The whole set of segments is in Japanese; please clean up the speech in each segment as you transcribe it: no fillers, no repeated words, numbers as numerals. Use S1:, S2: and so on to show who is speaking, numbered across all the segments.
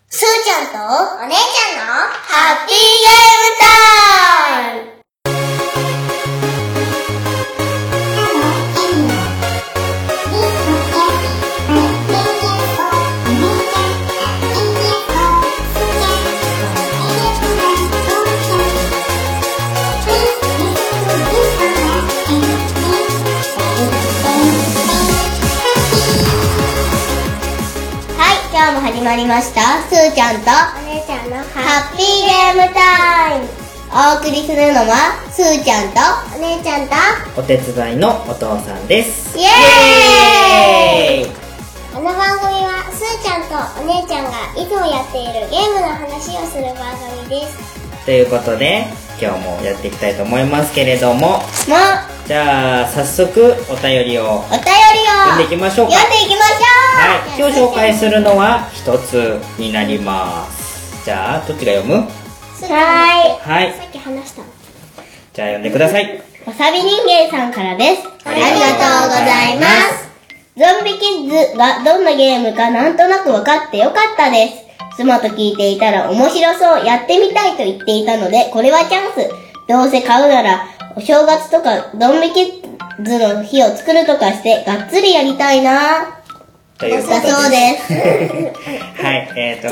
S1: すーちゃんとお姉ちゃんのハッピーゲームタイム。今日も始まりました。すーちゃんと
S2: お姉ちゃんの
S1: ハッピーゲームタイム。お送りするのはすーちゃんと
S2: お姉ちゃんと
S3: お手伝いのお父さんです。
S1: イエーイ。
S2: この番組はすーちゃんとお姉ちゃんがいつもやっているゲームの話をする番組です。
S3: ということで今日もやっていきたいと思いますけれども、じゃあ早速お便りを読んでいきましょうか。
S1: 読んでいきましょう。
S3: はい、今日紹介するのは一つになります。じゃあどっちが読む？はい。
S2: さっき話したの。
S3: じゃあ読んでください。
S1: わさび人間さんからです。ありがとうございます。ゾンビキッズがどんなゲームかなんとなく分かってよかったです。妻と聞いていたら面白そう、やってみたいと言っていたので、これはチャンス。どうせ買うならお正月とかゾンビキッズの日を作るとかしてがっつりやりたいな
S3: ということで
S1: そうです。
S3: はい、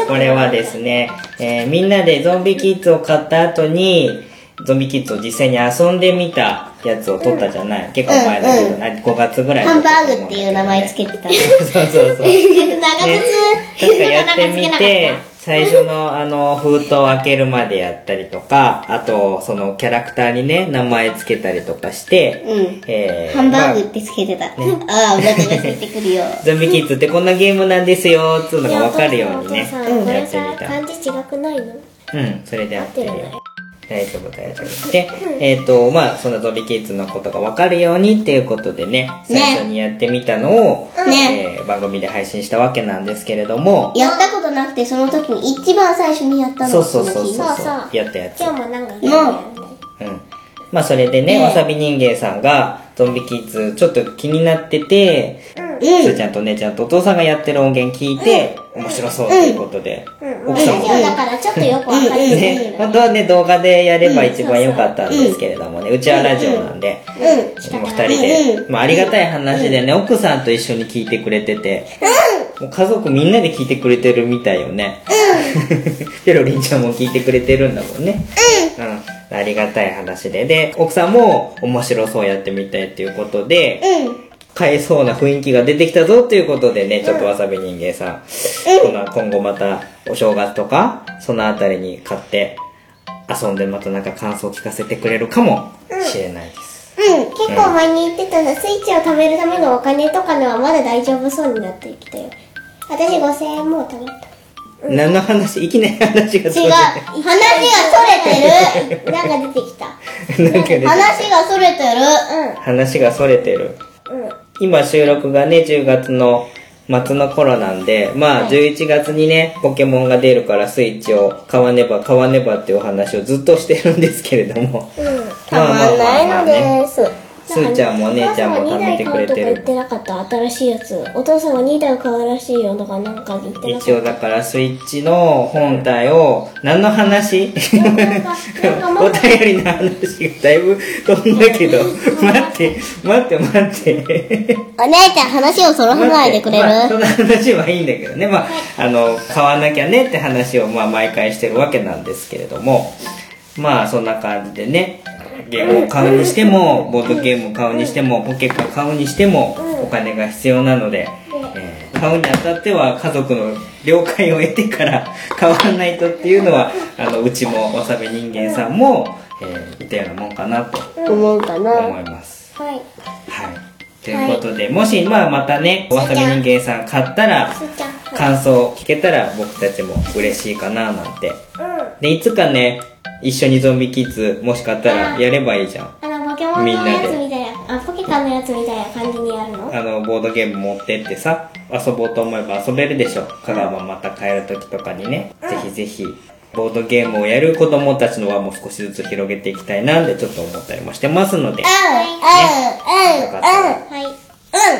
S3: これはですね、みんなでゾンビキッズを買った後にゾンビキッズを実際に遊んでみたやつを撮ったじゃない、結構前だけど、5月ぐらい
S1: ハンバーグっていう名前つけてた。
S3: そう長靴、
S1: ね、
S3: 確かやってみて、最初の封筒を開けるまでやったりとか、あとそのキャラクターにね名前つけたりとかして、
S1: ハンバーグってつけてた。ああ、お腹が空いてくるよ。
S3: ゾンビキッズってこんなゲームなんですよっていうのが分かるようにね、
S2: こ
S3: や
S2: れさ
S3: ってみた。
S2: 漢字違くないの？
S3: それで合ってるよ。大丈夫。で、そのゾンビキッズのことが分かるようにっていうことでね、最初にやってみたのを、番組で配信したわけなんですけれども、
S1: やったことなくて、その時に一番最初にやったのが
S3: そう、
S2: そう
S3: やったやつ。
S2: 今日もなんかゲームやるね。
S3: それでね、わさび人間さんがゾンビキッズちょっと気になってて、すーちゃんとお姉ちゃんとお父さんがやってる音源聞いて、面白そうということで、
S2: 奥さんもだからちょっとよくわかりにくい
S3: ね、本当はね、動画でやれば一番良かったんですけれどもね、うちはラジオなんで、もう二人で、ありがたい話でね、奥さんと一緒に聞いてくれてて、もう家族みんなで聞いてくれてるみたいよね。ペロリンちゃんも聞いてくれてるんだもんね。ありがたい話で。で、奥さんも面白そうやってみたいっていうことで、買えそうな雰囲気が出てきたぞということでね、ちょっとわさび人間さん、今後またお正月とか、そのあたりに買って遊んでまたなんか感想を聞かせてくれるかもしれないです。
S2: 結構前に言ってたの、スイッチを貯めるためのお金とかのはまだ大丈夫そうになってきたよ。私5000円もう貯めた。
S3: 何の話？いきなり話がそれてる。
S1: 話がそれてる。
S2: なんか出てきた。
S1: 話がそれてる。
S3: 話がそれてる。今収録がね、10月の末の頃なんで、11月にね、ポケモンが出るからスイッチを買わねばっていうお話をずっとしてるんですけれども。
S1: たまんないのです。
S3: すーちゃんもお姉ちゃんも貯めてくれてる。
S2: お父さんが2台買うとか言ってなかった、新しいやつ。お父さんが2台買うらしいよとかなんか言ってなかった。
S3: 一応だからスイッチの本体を、何の話？お便りの話がだいぶ飛んだけど、待って。
S1: お姉ちゃん話をそらさないでくれる？
S3: その話はいいんだけどね。買わなきゃねって話を毎回してるわけなんですけれども、そんな感じでね、ゲームを買うにしても、ボードゲームを買うにしても、ポケカ買うにしても、お金が必要なので、買うにあたっては家族の了解を得てから買わないとっていうのは、うちもわさび人間さんも、似たようなもんかなと思います。はい。ということで、もしまたね、わさび人間さん買ったら、感想聞けたら僕たちも嬉しいかななんて。で、いつかね、一緒にゾンビキッズもし買ったらやればいいじゃん。
S2: ポケモンのやつみたいな、ポケカのやつみたいな感じにやるの？
S3: ボードゲーム持ってってさ、遊ぼうと思えば遊べるでしょ。香川また帰る時とかにね、ぜひぜひ、ボードゲームをやる子供たちの輪も少しずつ広げていきたいなってちょっと思ったりもしてますので。よかったら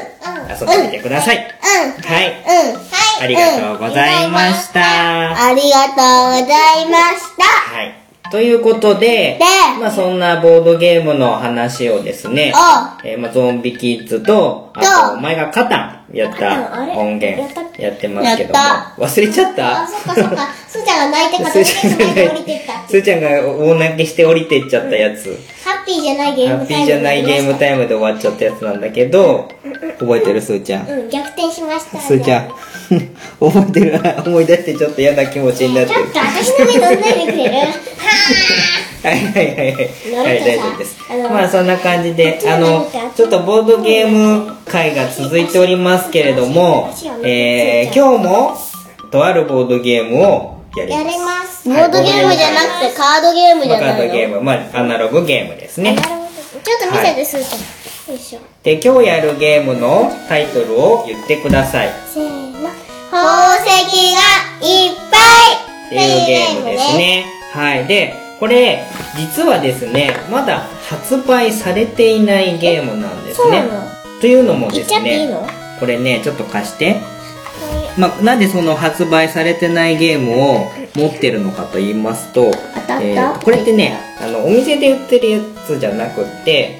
S3: 遊んでみてください。はい。ありがとうございました。
S1: ありがとうございました。
S3: はい。ということで、まあそんなボードゲームの話をですね、まあゾンビキッズと、あと、前がカタンやった音源やってますけども、忘れちゃった？
S2: そっかそっか。すーちゃんが泣いて片付けて泣いて降りてった。
S3: すーちゃんが大泣きして降りてっちゃったやつ。
S2: ハッピーじゃないゲームタイム。
S3: ハッピーじゃないゲームタイムで終わっちゃったやつなんだけど、覚えてるすーちゃん。
S2: 逆転しました。
S3: すーちゃん。覚えてる？思い出してちょっと嫌な気持ちになってる。
S2: ちょっと私の目乗んないでくれる？
S3: はい、大丈夫です。まあそんな感じで、ちょっとボードゲーム会が続いておりますけれども、今日もとあるボードゲームをやります。
S1: ボードゲームじゃなくてカードゲームじゃないの？
S3: カードゲーム、まあアナログゲームですね。
S2: ちょっと見せて、すーちゃん。よいしょ。
S3: で、今日やるゲームのタイトルを言ってください。
S2: せーの。
S1: 宝石がいっぱい
S3: っていうゲームですね。はい。で、これ、実はですね、まだ発売されていないゲームなんですね。というのもですね、これね、ちょっと貸して。まあ、なんでその発売されてないゲームを持ってるのかと言いますと、これってね、お店で売ってるやつじゃなくって、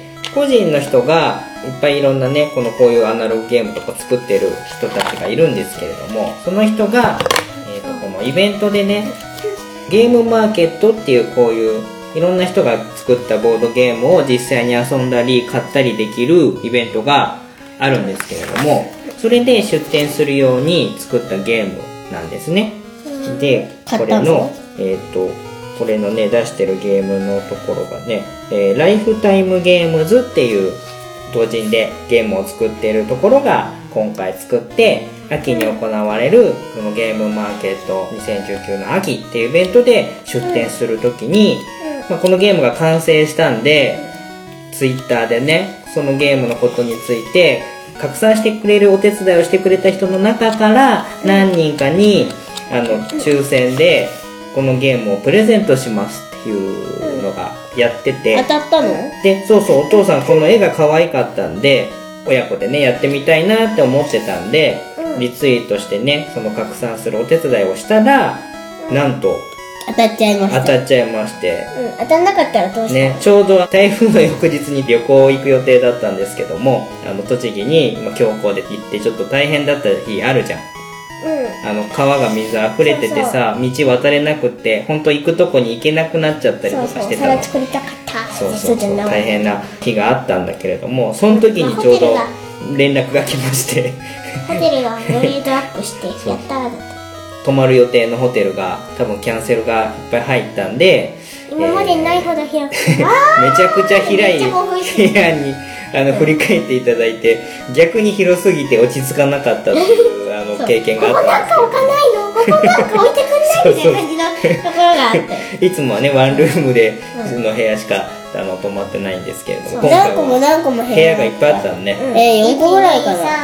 S3: 個人の人がいっぱいいろんなね、こういうアナログゲームとか作ってる人たちがいるんですけれども、その人が、このイベントでね、ゲームマーケットっていうこういういろんな人が作ったボードゲームを実際に遊んだり買ったりできるイベントがあるんですけれども、それで出展するように作ったゲームなんですね。で、これの、これのね、出してるゲームのところがね、ライフタイムゲームズっていう同人でゲームを作っているところが今回作って、秋に行われるこのゲームマーケット2019の秋っていうイベントで出展するときに、まあ、このゲームが完成したんで、ツイッターでね、そのゲームのことについて拡散してくれるお手伝いをしてくれた人の中から何人かに抽選でこのゲームをプレゼントしますっていうのがやってて、
S1: 当たったの？
S3: で、そうそう、お父さんこの絵が可愛かったんで親子でねやってみたいなって思ってたんで、リツイートしてねその拡散するお手伝いをしたら、なんと
S1: 当たっちゃいました。
S3: 当たっちゃいまして、
S2: 当たんなかったらどうしたの？
S3: ね、ちょうど台風の翌日に旅行行く予定だったんですけども、栃木に強行で行ってちょっと大変だった日あるじゃん。川が水溢れててさ、道渡れなくって本当行くとこに行けなくなっちゃったりとかしてたの。
S2: 皿作りたかった。
S3: そう大変な日があったんだけれども、その時にちょうど連絡が来まして
S2: ホテルがグレードアップしてやったらだった。
S3: 泊まる予定のホテルが多分キャンセルがいっぱい入ったんで、
S2: 今までないほど広く、
S3: めちゃくちゃ広い部屋に振り返っていただいて、逆に広すぎて落ち着かなかったっていう経験があったんですけど、
S2: ここなんか置かないの？ここなんか置いてくんないみたいな感じのところがあって
S3: いつもはねワンルームでの部屋しか泊まってないんですけれども、今
S1: 何個も何個も部
S3: 屋がいっぱいあったのね。
S1: 4個ぐらいかな。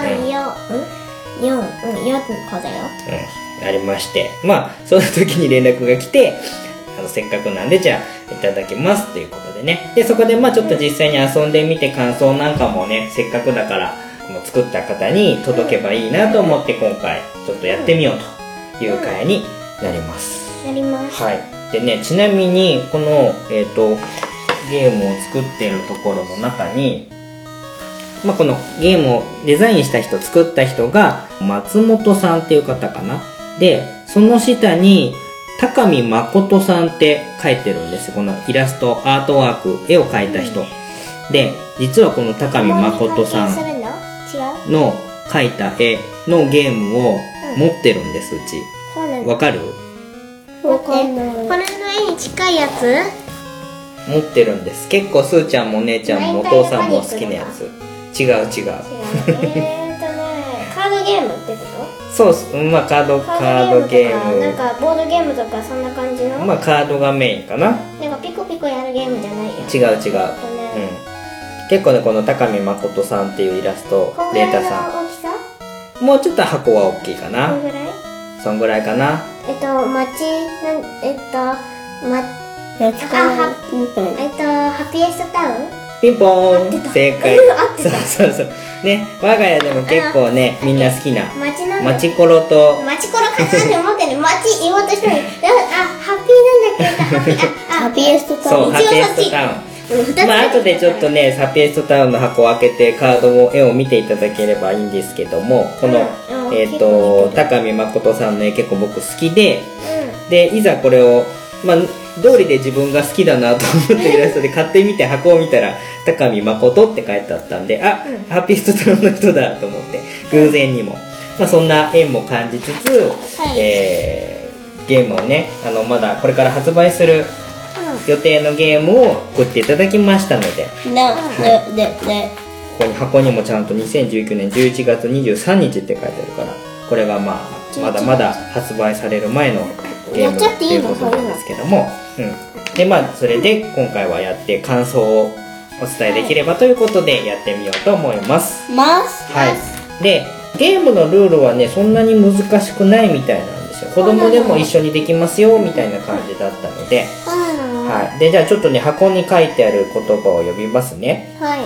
S2: 4個だよ。
S3: ありまして、まあその時に連絡が来て、せっかくなんでじゃあいただきますということでね。でそこでまあちょっと実際に遊んでみて感想なんかもね、せっかくだからこの作った方に届けばいいなと思って今回ちょっとやってみようという回になります。
S2: なります。
S3: はい。でね、ちなみにこのゲームを作っているところの中に、まあ、このゲームをデザインした人、作った人が松本さんっていう方かな。で、その下に高見誠さんって書いてるんですよ。このイラスト、アートワーク、絵を描いた人。で、実はこの高見誠さんの描いた絵のゲームを持ってるんです、うち。わかる？
S2: わかんない。これの絵に近いやつ？
S3: 持ってるんです。結構すーちゃんもお姉ちゃんもお父さんも好きなやつ。違う。
S2: カードゲームってこと？
S3: そうっす。まあカードゲーム。
S2: なんかボードゲームとかそんな感じの？
S3: まあカードがメインかな。
S2: なんかピコピコやるゲームじゃないよ。
S3: 違う。結構ね、この高見誠さんっていうイラストレーターさ
S2: 大きさ？
S3: ん。もうちょっと箱は大きいかな。
S2: こんぐらい？
S3: そんぐらいかな。
S2: ハピエストタウン？
S3: ピンポーン正解。
S2: 合ってた
S3: そうそうそう。ね、我が家でも結構ね、みんな好きな、
S2: 町なんだ。
S3: マチコロと、
S2: マチコロかなって思ってね、町言おうとしたのに、ハッピーなんだっけ、
S1: ハピエストタ
S3: そう、
S1: ウン。
S3: ハピエストタウン。まあ後でちょっとね、ハピエストタウンの箱を開けてカードを絵を見ていただければいいんですけども、この、高見誠さんの絵結構僕好きで、で、いざこれを、まあ、通りで自分が好きだなと思ってイラストで買ってみて箱を見たら高見誠って書いてあったんで、あ、ハピエストタウンの人だと思って偶然にも、まあ、そんな縁も感じつつ、ゲームをね、まだこれから発売する予定のゲームを送っていただきましたので、ここに箱にもちゃんと2019年11月23日って書いてあるから、これがまあまだまだ発売される前のゲームということなんですけども、でまあそれで今回はやって感想をお伝えできればということでやってみようと思います。はい。でゲームのルールはねそんなに難しくないみたいなんですよ。子供でも一緒にできますよみたいな感じだったので、はい。でじゃあちょっとね箱に書いてある言葉を読みますね。
S2: はい。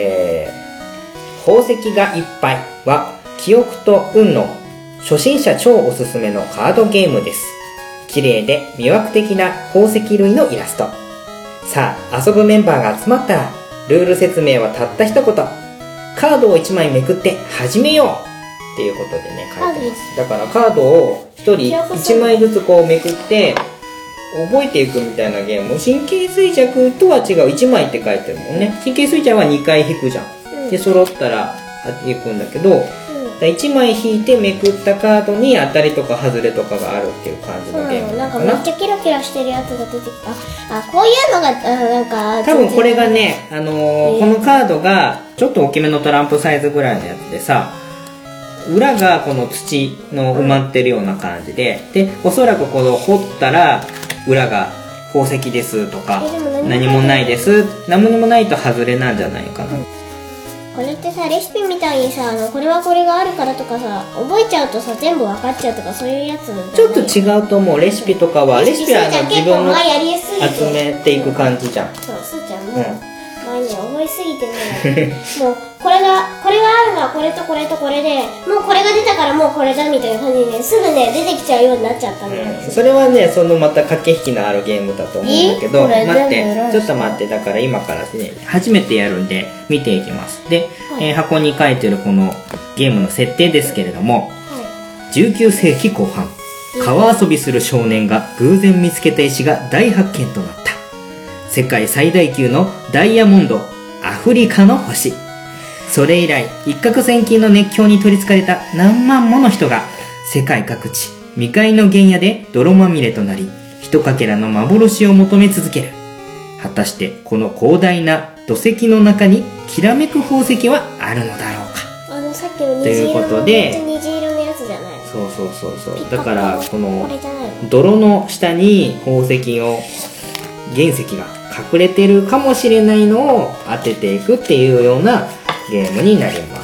S3: 宝石がいっぱいは記憶と運の初心者超おすすめのカードゲームです。綺麗で魅惑的な宝石類のイラスト。さあ遊ぶメンバーが集まったらルール説明はたった一言。カードを1枚めくって始めようっていうことでね書いてます。だからカードを1人1枚ずつこうめくって覚えていくみたいなゲーム。神経衰弱とは違う。1枚って書いてるもんね。神経衰弱は2回引くじゃん。で揃ったら引くんだけど、1枚引いてめくったカードに当たりとか外れとかがあるっていう感じのゲーム
S2: なんかめっちゃキラキラしてるやつが出てきた。こういうのがなんか
S3: 多分これがね、このカードがちょっと大きめのトランプサイズぐらいのやつでさ、裏がこの土の埋まってるような感じで、でおそらくこの掘ったら裏が宝石ですとか何もないです、何もないと外れなんじゃないかな。
S2: これってさ、レシピみたいにさ、これはこれがあるからとかさ、覚えちゃうとさ、全部分かっちゃうとかそういうやつ
S3: ちょっと違うと思う。レシピとかはレシピは自分の
S2: やりやすい
S3: 集めていく感じじゃん。
S2: そう、すーちゃんも前に覚えすぎてねもうこれがあるのはこれとこれとこれで、もうこれが出たからもうこれだみたいな感じで、すぐね出てきちゃうようになっちゃったんだよね。
S3: それはね、そのまた駆け引きのあるゲームだと思うんだけど、待って、ちょっと待って、だから今からね、初めてやるんで見ていきます。で、箱に書いてるこのゲームの設定ですけれども、19世紀後半、川遊びする少年が偶然見つけた石が大発見となった。世界最大級のダイヤモンド、アフリカの星。それ以来、一攫千金の熱狂に取り憑かれた何万もの人が、世界各地、未開の原野で泥まみれとなり、ひとかけらの幻を求め続ける。果たして、この広大な土石の中に、きらめく宝石はあるのだろうか。
S2: さっきの虹色のやつじゃないの？
S3: そう。だから、この、泥の下に宝石を、原石が隠れてるかもしれないのを当てていくっていうようなゲームになります。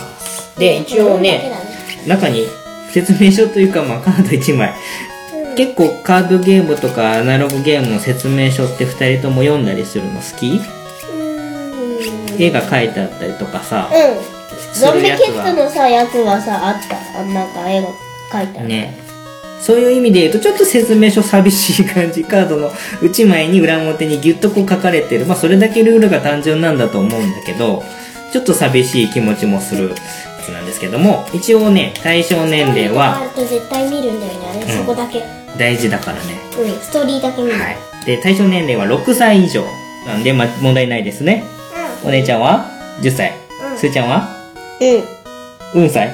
S3: で、一応ね、中に説明書というか、まあカード1枚。結構カードゲームとかアナログゲームの説明書って2人とも読んだりするの好き？絵が描いてあったりとかさ。
S1: ゾンビキッズのさ、やつはさ、あった。なんか絵が描いてある。
S3: ね。そういう意味で言うと、ちょっと説明書寂しい感じ。カードの内前に裏表にギュッとこう書かれてる。まあ、それだけルールが単純なんだと思うんだけど、ちょっと寂しい気持ちもするやつなんですけども、一応ね、対象年齢は、
S2: 絶対見るんだよね、そこだけ。
S3: 大事だからね。
S2: ストーリーだけ見る。
S3: はい。で、対象年齢は6歳以上。なんで、問題ないですね。お姉ちゃんは10歳。すーちゃんは歳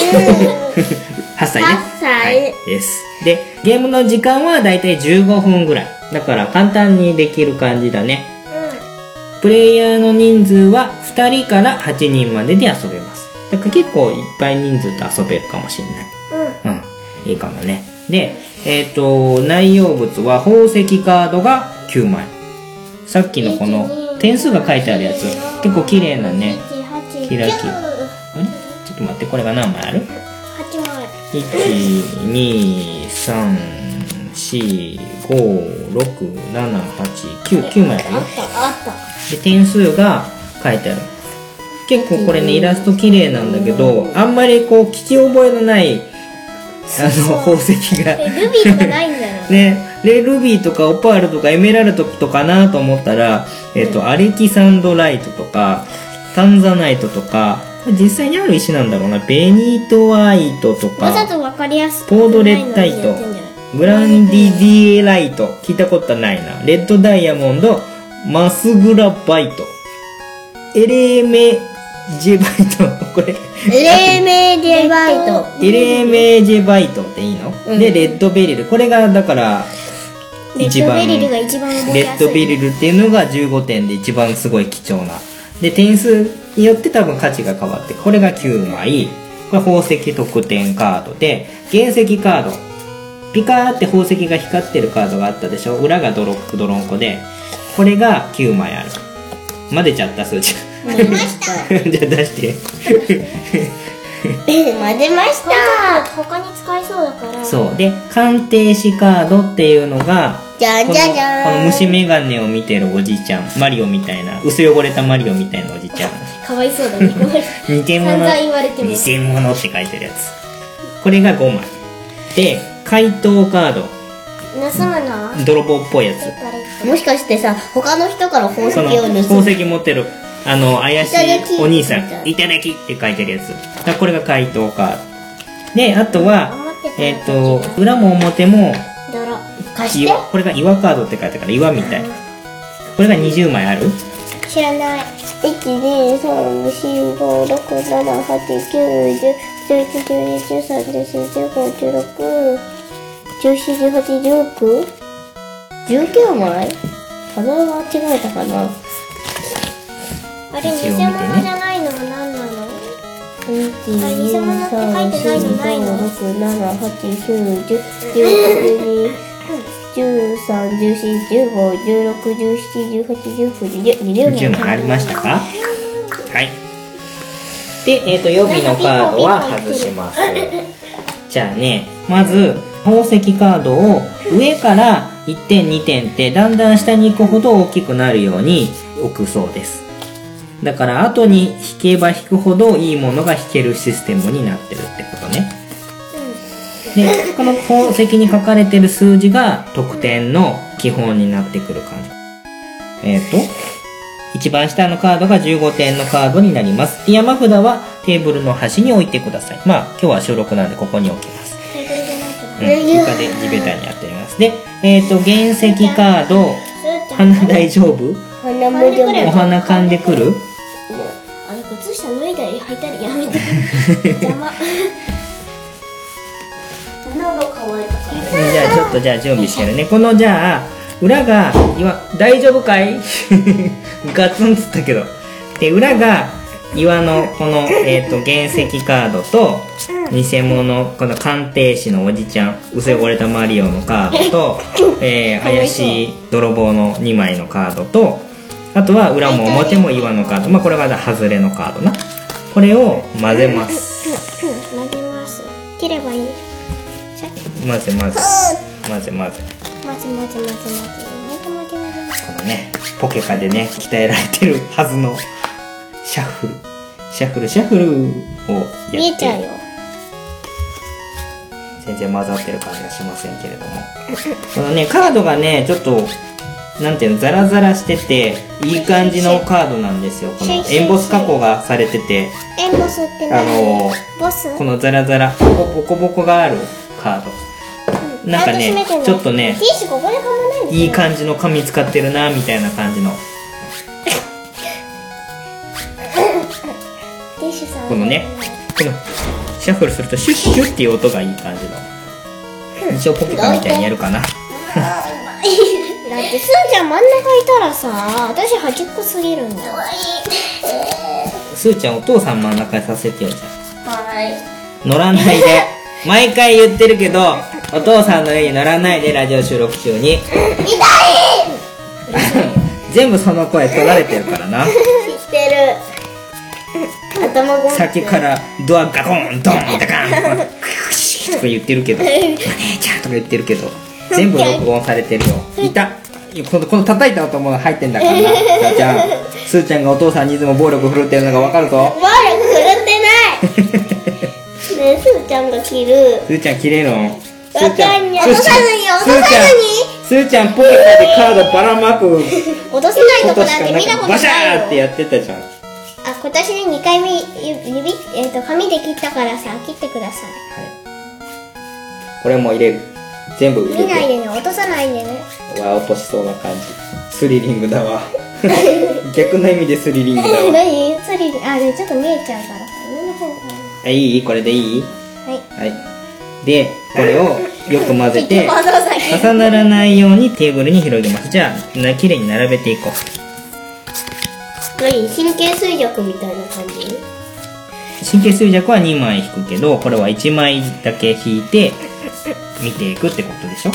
S3: 8歳ね。
S1: 8歳、
S3: はい、です。で、ゲームの時間はだいたい15分ぐらい。だから簡単にできる感じだね。プレイヤーの人数は2人から8人までで遊べます。だから結構いっぱい人数と遊べるかもしれない。いいかもね。で、内容物は宝石カードが9枚。さっきのこの点数が書いてあるやつ。結構綺麗なね。キラキラ。ちょっと待って、これが何枚ある？
S2: 8枚。
S3: 1、2、3、4、5、6、7、8、9枚あるよ。
S2: あった。
S3: で、点数が書いてある。結構これねイラスト綺麗なんだけど、あんまりこう聞き覚えのない宝石が
S2: ルビーとかないんだよ
S3: ね、ルビーとかオパールとかエメラルドとかなと思ったら、アレキサンドライトとかタンザナイトとか、実際にある石なんだろうな。ベニートワイトとか
S2: わざと分かりやすく
S3: ポードレッタイト、グランディディエライト、聞いたことないな。レッドダイヤモンド、マスグラバイト、エレメジェバイト、これ
S1: エレメジェバイト。
S3: エレメジェバイトっていいの、でレッドベリル、これがだから一番
S2: レッドベリルが一番覚え
S3: レッ
S2: やすい。
S3: ドベリルっていうのが15点で一番すごい貴重なで、点数によって多分価値が変わって、これが9枚、これ宝石特典カードで、原石カード、ピカーって宝石が光ってるカードがあったでしょ。裏がドロンコで、これが9枚ある。混ぜちゃった数値
S1: 出ました。
S3: じゃあ出して
S1: 混ぜまし
S2: これ
S1: た。
S2: 他に使えそうだから。
S3: そうで、鑑定士カードっていうのが
S1: じゃんじゃじゃ
S3: この
S1: ーん。
S3: 虫眼鏡を見てるおじいちゃん、マリオみたいな、薄汚れたマリオみたいなおじいちゃん、
S2: かわいそうだね。
S3: 偽物
S2: 散々言われても
S3: 偽物って書いてるやつ、これが5枚で、怪盗カード、
S2: 盗むの
S3: 泥棒っぽいやつ、
S1: もしかしてさ、他の人から宝石
S3: その
S1: を盗む。
S3: 宝石持ってる怪しいお兄さん、
S1: い
S3: いただきって書いてるやつ、だからこれが怪盗カードで、あとは裏も表も
S2: 泥。
S1: 貸して。
S3: これが岩カードって書いてあるから岩みたい、これが20枚ある。
S2: 知らない。
S1: 1、2、3、4、5、6、7、8、9、10、11、12、13、14、15、16、17、18、19、19枚数え間違えたかな。
S2: あれ偽物じゃないのは何なの
S1: 1、2、3、4、5、6、7、8、9、10、11、13、14、15、16、17、18、19、20、
S3: 20枚ありましたか。はい。で、予備のカードは外します。じゃあね、まず宝石カードを上から1点2点ってだんだん下に行くほど大きくなるように置くそうです。だから後に引けば引くほどいいものが引けるシステムになってるってことね。で、この宝石に書かれてる数字が得点の基本になってくる感じ。一番下のカードが15点のカードになります。山札はテーブルの端に置いてください。まあ今日は収録なんでここに置きます。
S2: テーブルじゃないけど。
S3: 床で地べたにやっております。で、原石カード、鼻大丈夫？
S1: 鼻もでも
S3: お花噛んでくる？
S2: あれ、靴下脱いだり履いたりやめて。邪魔。
S1: 喉乾いたから。
S3: じゃあ準備してるね。このじゃあ裏が大丈夫かい？ガツンつったけど。で、裏が岩のこの、原石カードと偽物、この鑑定士のおじちゃん、薄汚れたマリオのカードと、怪しい泥棒の2枚のカードと、あとは裏も表も岩のカード、まあこれが外れのカードな。これを混ぜます。
S2: 混ぜます。切ればいい。
S3: 混ぜ。
S2: 混ぜ混ぜ混ぜ
S3: このね、ポケカでね、鍛えられてるはずのシャッフルをやって
S2: 見えちゃうよ。
S3: 全然混ざってる感じがしませんけれどもこのね、カードがね、ちょっとなんていうの、ザラザラしてていい感じのカードなんですよ。このエンボス加工がされてて、
S2: エンボスって何？ボス？
S3: このザラザラボコボコがあるカード、なんかね、ちょっとね、
S2: ティッシュここで噛まないで。
S3: いい感じの紙使ってるなみたいな感じの、
S2: ティッシュさん。
S3: このね、このシャッフルするとシュッシュッっていう音がいい感じの、一応ポケカみたいにやるかな。
S2: だってすーちゃん真ん中いたらさ、私端っこすぎるんだよ。
S3: すーちゃんお父さん真ん中にさせてよ。じゃ
S1: はい。
S3: あ乗らないで、毎回言ってるけどお父さんの上に乗らないで、ラジオ収録中に。全部その声取られてるからな。
S1: 知ってる。頭ご
S3: さっきからドアガコンドンダカンとか言ってるけど、お姉ちゃんとか言ってるけど、全部録音されてるよ。いたこの叩いた音も入ってんだからな。すーちゃん。すーちゃんがお父さんにいつも暴力振るってるのがわかるぞ。
S1: 暴力振るってないねえ、すーちゃんが着る。
S3: すーちゃん切れるの？
S1: わかんない。落とさずに、落とさ
S3: すーちゃんポケカでカードばらまく
S1: ずに。落とせないとこなんて見たこと
S3: バシャ
S1: ないよ。
S3: ーってやってたじゃん。
S1: あ、今年で2回目、紙で切ったからさ、切ってください。
S3: これも入れる。全部入れて。
S1: 見ないでね、落とさないでね。
S3: うわ、落としそうな感じ。スリリングだわ。逆の意味でスリリングだわ。
S1: 何スリル、あ、ね、ちょっと見えちゃうからさ、上の方が。
S3: あ、いい？これでいい？
S1: はい。
S3: はい。で、これをよく混ぜて、
S1: わざわざ切る
S3: 重ならないようにテーブルに広げます。じゃあ、綺麗に並べていこう。
S1: 何神経衰弱みたいな感じ？
S3: 神経衰弱は2枚引くけど、これは1枚だけ引いて、見ていくってことでしょ？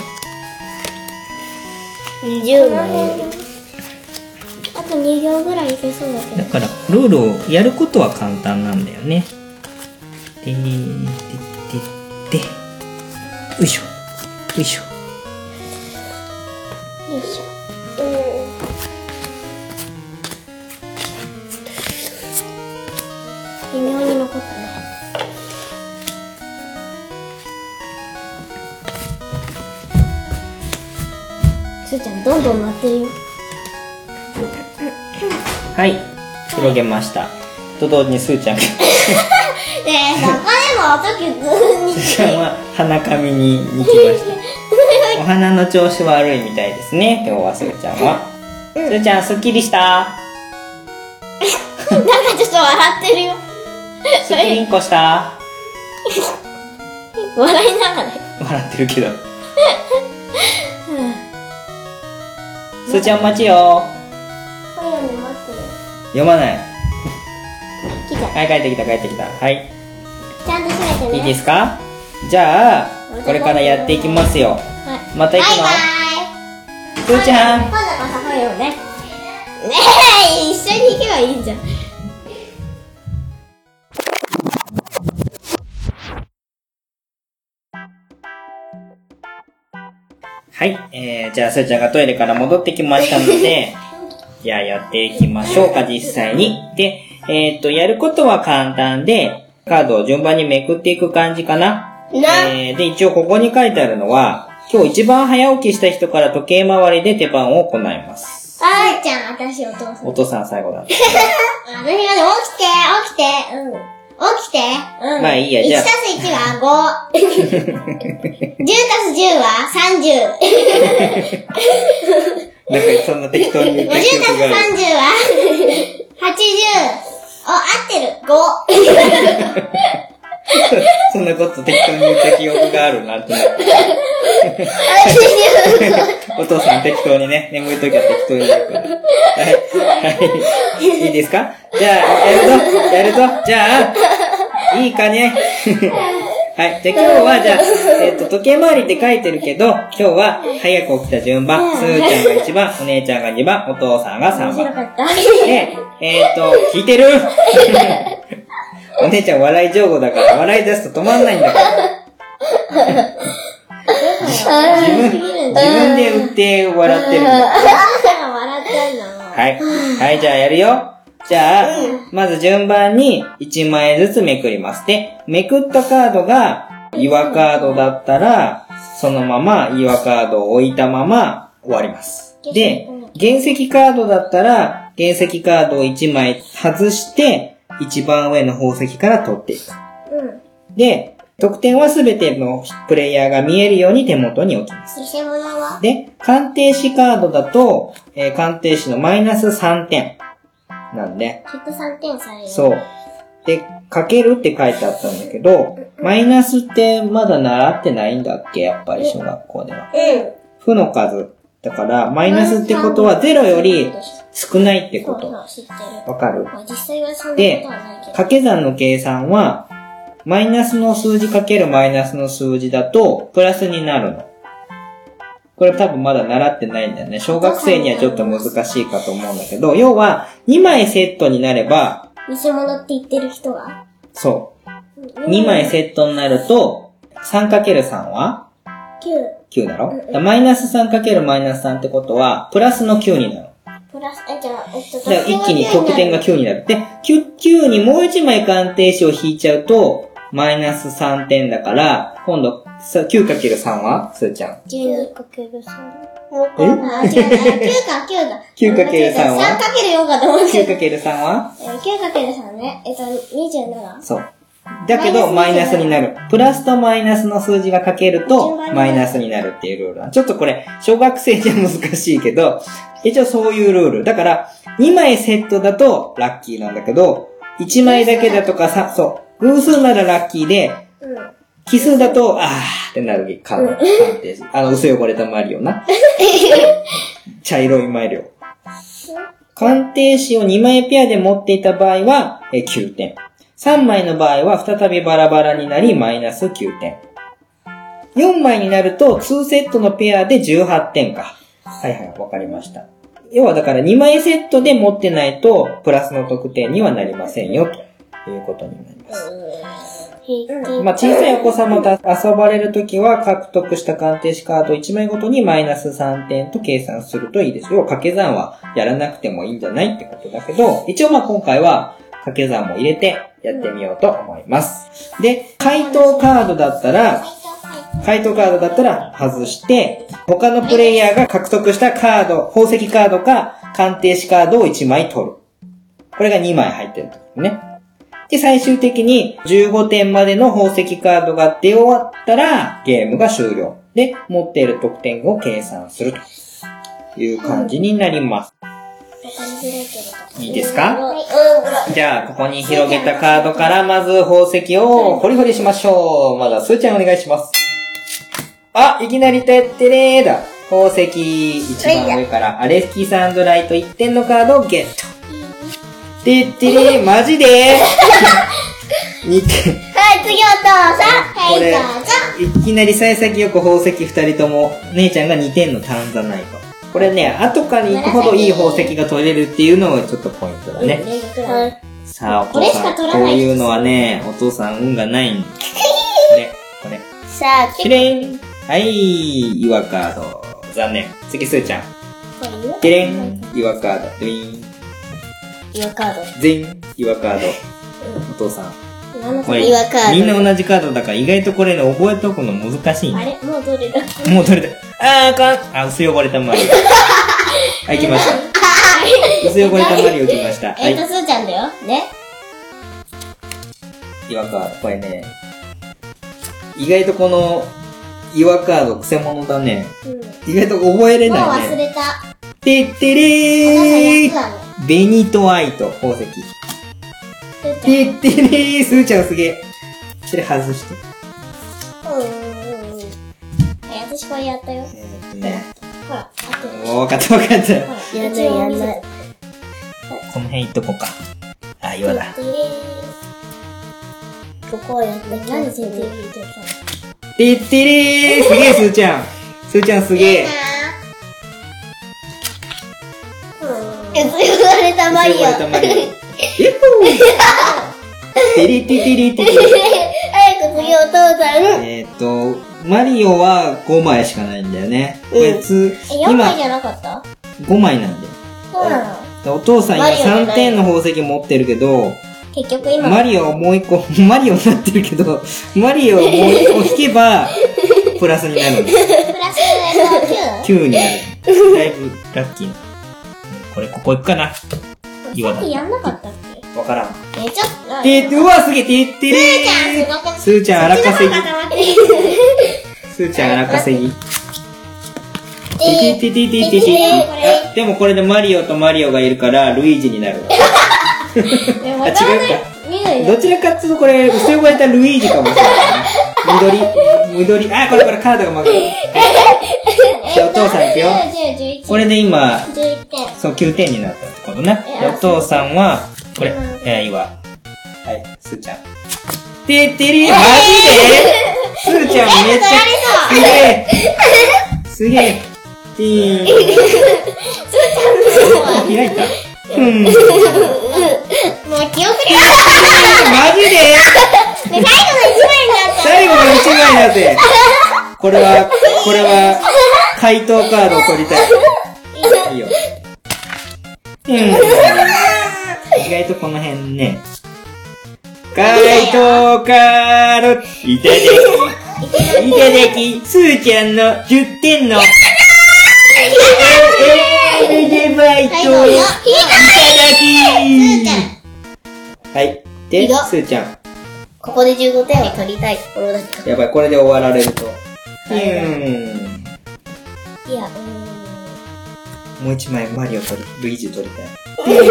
S1: 20枚。
S2: あと2行ぐらいいけそうだけど。
S3: だから、ルールをやることは簡単なんだよね。で、よいしょ。よいしょ。
S2: よいしょ。微妙に残ったね。すーちゃんどんどんなってるよ。
S3: はい。広げました。と同時にスーちゃんが。
S1: ねえ、そこでも音普通に
S3: スーちゃんは鼻かみに行きました。お鼻の調子悪いみたいですね、今日はスーちゃんは。スーちゃん、すっきりした？
S1: なんかちょっと笑ってるよ。
S3: すっきりんこした？
S1: 笑いながら。
S3: 笑ってるけど。すーちゃん待ちよ。
S2: 本読んで待ってる。
S3: 読まない。
S2: 来た。
S3: はい、帰ってきた、帰ってきた。はい。
S2: ちゃんと閉めてね。
S3: いいですか？じゃあ、これからやっていきますよ。また行くの？すーちゃん。
S2: 今度こそ本読むね。
S1: ねえ、一緒に行けばいいじゃん。
S3: はい。じゃあ、すーちゃんがトイレから戻ってきましたので、じゃあやっていきましょうか、実際に。で、やることは簡単で、カードを順番にめくっていく感じかな。で、一応ここに書いてあるのは、今日一番早起きした人から時計回りで手番を行います。
S1: あーちゃん、私お父さん。
S3: お父さん最後だ。
S1: 私がね、起きて。起きて。うん。
S3: まあいいや、じゃあ。
S1: 1たす1は5。10たす10は30。
S3: なんかそんな適当に言っ
S1: 50たす
S3: てる曲がある。
S1: 30は80。合ってる。5。
S3: そんなこと適当に言った記憶があるなってなって。お父さん適当にね、眠いときは適当に言うから。はい。はい。いいですか？じゃあ、やるぞ。じゃあ、いいかね。はい。じゃあ今日は、じゃあ、時計回りって書いてるけど、今日は早く起きた順番、すーちゃんが1番、お姉ちゃんが2番、お父さんが3番。で、聞いてる？お姉ちゃん笑い上手だから、笑い出すと止まんないんだから。自分で売って笑ってるんだ。
S2: 笑ってんの。
S3: はい。はい、じゃあやるよ。じゃあ、まず順番に1枚ずつめくります。で、めくったカードが岩カードだったら、そのまま岩カードを置いたまま終わります。で、原石カードだったら、原石カードを1枚外して、一番上の宝石から取っていく。で、得点はすべてのプレイヤーが見えるように手元に置きます。
S2: 偽物は
S3: で、鑑定士カードだと、鑑定士のマイナス3点。なんで。
S2: きっと3点される。
S3: そう。で、かけるって書いてあったんだけど、マイナスってまだ習ってないんだっけ？やっぱり小学校では。負の数。だから、マイナスってことは0より少ないってこと。
S2: そう、知ってる。
S3: わかる？
S2: 実際はそんな
S3: で
S2: ことはないけど。
S3: 掛け算の計算は、マイナスの数字かけるマイナスの数字だと、プラスになるの。これ多分まだ習ってないんだよね。小学生にはちょっと難しいかと思うんだけど、要は、2枚セットになれば、
S2: 偽物って言ってる人は
S3: そう。2枚セットになると、3×3 は
S2: 9。
S3: 9だろ、マイナス3かけるマイナス3ってことは、プラスの9になる。
S2: プラス、じゃあ、
S3: だから一気に得点が9になる。で、9にもう1枚鑑定士を引いちゃうと、マイナス3点だから、今度、9×3 はすーちゃん。
S2: 12×3。
S3: え
S2: あ、違う、9か。
S3: 9×3 は
S2: 3×4 かと思って。
S3: 9×3 は
S2: 9×3 ね。27。
S3: そう。だけど、マイナスになる。プラスとマイナスの数字がかけると、マイナスになるっていうルールだ。ちょっとこれ、小学生じゃ難しいけど、一応そういうルール。だから、2枚セットだとラッキーなんだけど、1枚だけだとかさ、そう。偶数ならラッキーで、奇数だと、あーってなるカード。鑑定士。薄汚れたマリオな。茶色いマリオ。鑑定士を2枚ペアで持っていた場合は、9点。3枚の場合は再びバラバラになりマイナス9点。4枚になると2セットのペアで18点か。はいはい、わかりました。要はだから2枚セットで持ってないとプラスの得点にはなりませんよ、ということになります。まあ小さいお子様と遊ばれるときは獲得した鑑定士カード1枚ごとにマイナス3点と計算するといいですよ。掛け算はやらなくてもいいんじゃないってことだけど、一応まあ今回は掛け算も入れてやってみようと思います。で、回答カードだったら外して、他のプレイヤーが獲得したカード、宝石カードか鑑定士カードを1枚取る。これが2枚入ってるとね。で、最終的に15点までの宝石カードが出終わったらゲームが終了。で、持っている得点を計算するという感じになります。いいですか？じゃあ、ここに広げたカードからまず宝石をホリホリしましょう。まだすーちゃんお願いします。あ、いきなりてってれーだ。宝石一番上からアレキサンドライト1点のカードをゲット。てってれー、マジで2点。
S1: はい、次お父さん。はい、どうぞ。
S3: いきなり幸先よく宝石2人とも、姉ちゃんが2点のタンザナイト。これね、後から行くほどいい宝石が取れるっていうのがちょっとポイントだね。さあ、お父さん、こういうのはね、お父さん運がないんで。これ。
S1: さあ、
S3: キレン。はい、岩カード。残念。次、すーちゃん。キレン。岩カード。ドゥイーン。
S1: 岩カード。
S3: 全員、岩カード。お父さん。これ、
S1: 岩カード。
S3: みんな同じカードだから意外とこれね、覚えとくの難しいね。
S2: あれもう取れた。
S3: もう取れた。あー、あかん。あ、薄汚れたマリオ。はい、来ました。薄汚れたマリオ来ました。はい。
S2: すーちゃんだよ。ね。
S3: 岩カード。これね、意外とこの、岩カード、クセモノだね。意外と覚えれないね。
S2: もう忘れた。
S3: てってれー。ベニトアイト、宝石。てってれー、すーちゃんすげえ。それ外して。
S2: 私これやったよ。ほら、
S3: わかったわかった。
S1: やんないやんない。
S3: この辺いっとこうか。あ、岩だ。
S1: ここはやんない。
S2: なんで先生言ってたの？
S3: てってれー、すげえすーちゃん。すーちゃんすげえ。
S1: 薄汚れたマリオ。
S3: 薄汚れたマリオ。えってれててれてれ。
S1: 早く次お父さん。
S3: マリオは5枚しかないんだよね。こいつ、
S2: 4枚じゃなかった？
S3: 5枚なんだよ。
S2: そうなの？
S3: お父さん今3点の宝石持ってるけど、
S2: 結局今。
S3: マリオもう一個、マリオになってるけど、マリオをもう一個引けば、プラスになるんです。
S2: プラス
S3: 9になる。だいぶラッキーな。これここ行くかな。
S2: 岩だ。さっきやんなかったっけ？
S3: わからん。
S2: ちょっと。
S3: うわ、すげえ、てってれー。すーちゃん荒稼ぎ。すーちゃん荒稼ぎ。でもこれでマリオとマリオがいるから、ルイージになるわ。あ、違うか。どちらかっていうとこれ、薄汚れたルイージかもしれないね。緑。あ、これカードが曲がる。じゃあお父さんいくよ。これで今、そう、9点になったってことね。お父さんは、これ、いいわ。はい、すーちゃん。てってれー、マジですーちゃんめっちゃ、すげえ。すげえ。てーん。開いた？
S2: もう記憶力
S3: マジで
S2: 最後の1枚になった。
S3: 最後の1枚だぜ。 これは、回答カードを取りたい。いいよ。意外とこの辺ね。回答カード、いただき、すーちゃんの10点の、レバイト、いただき。はい。で、すーちゃん。
S1: ここで15点を取りたいところだけど。
S3: やばい、これで終わられると。
S2: いや、
S3: もう一枚マリオルイージ取りたい。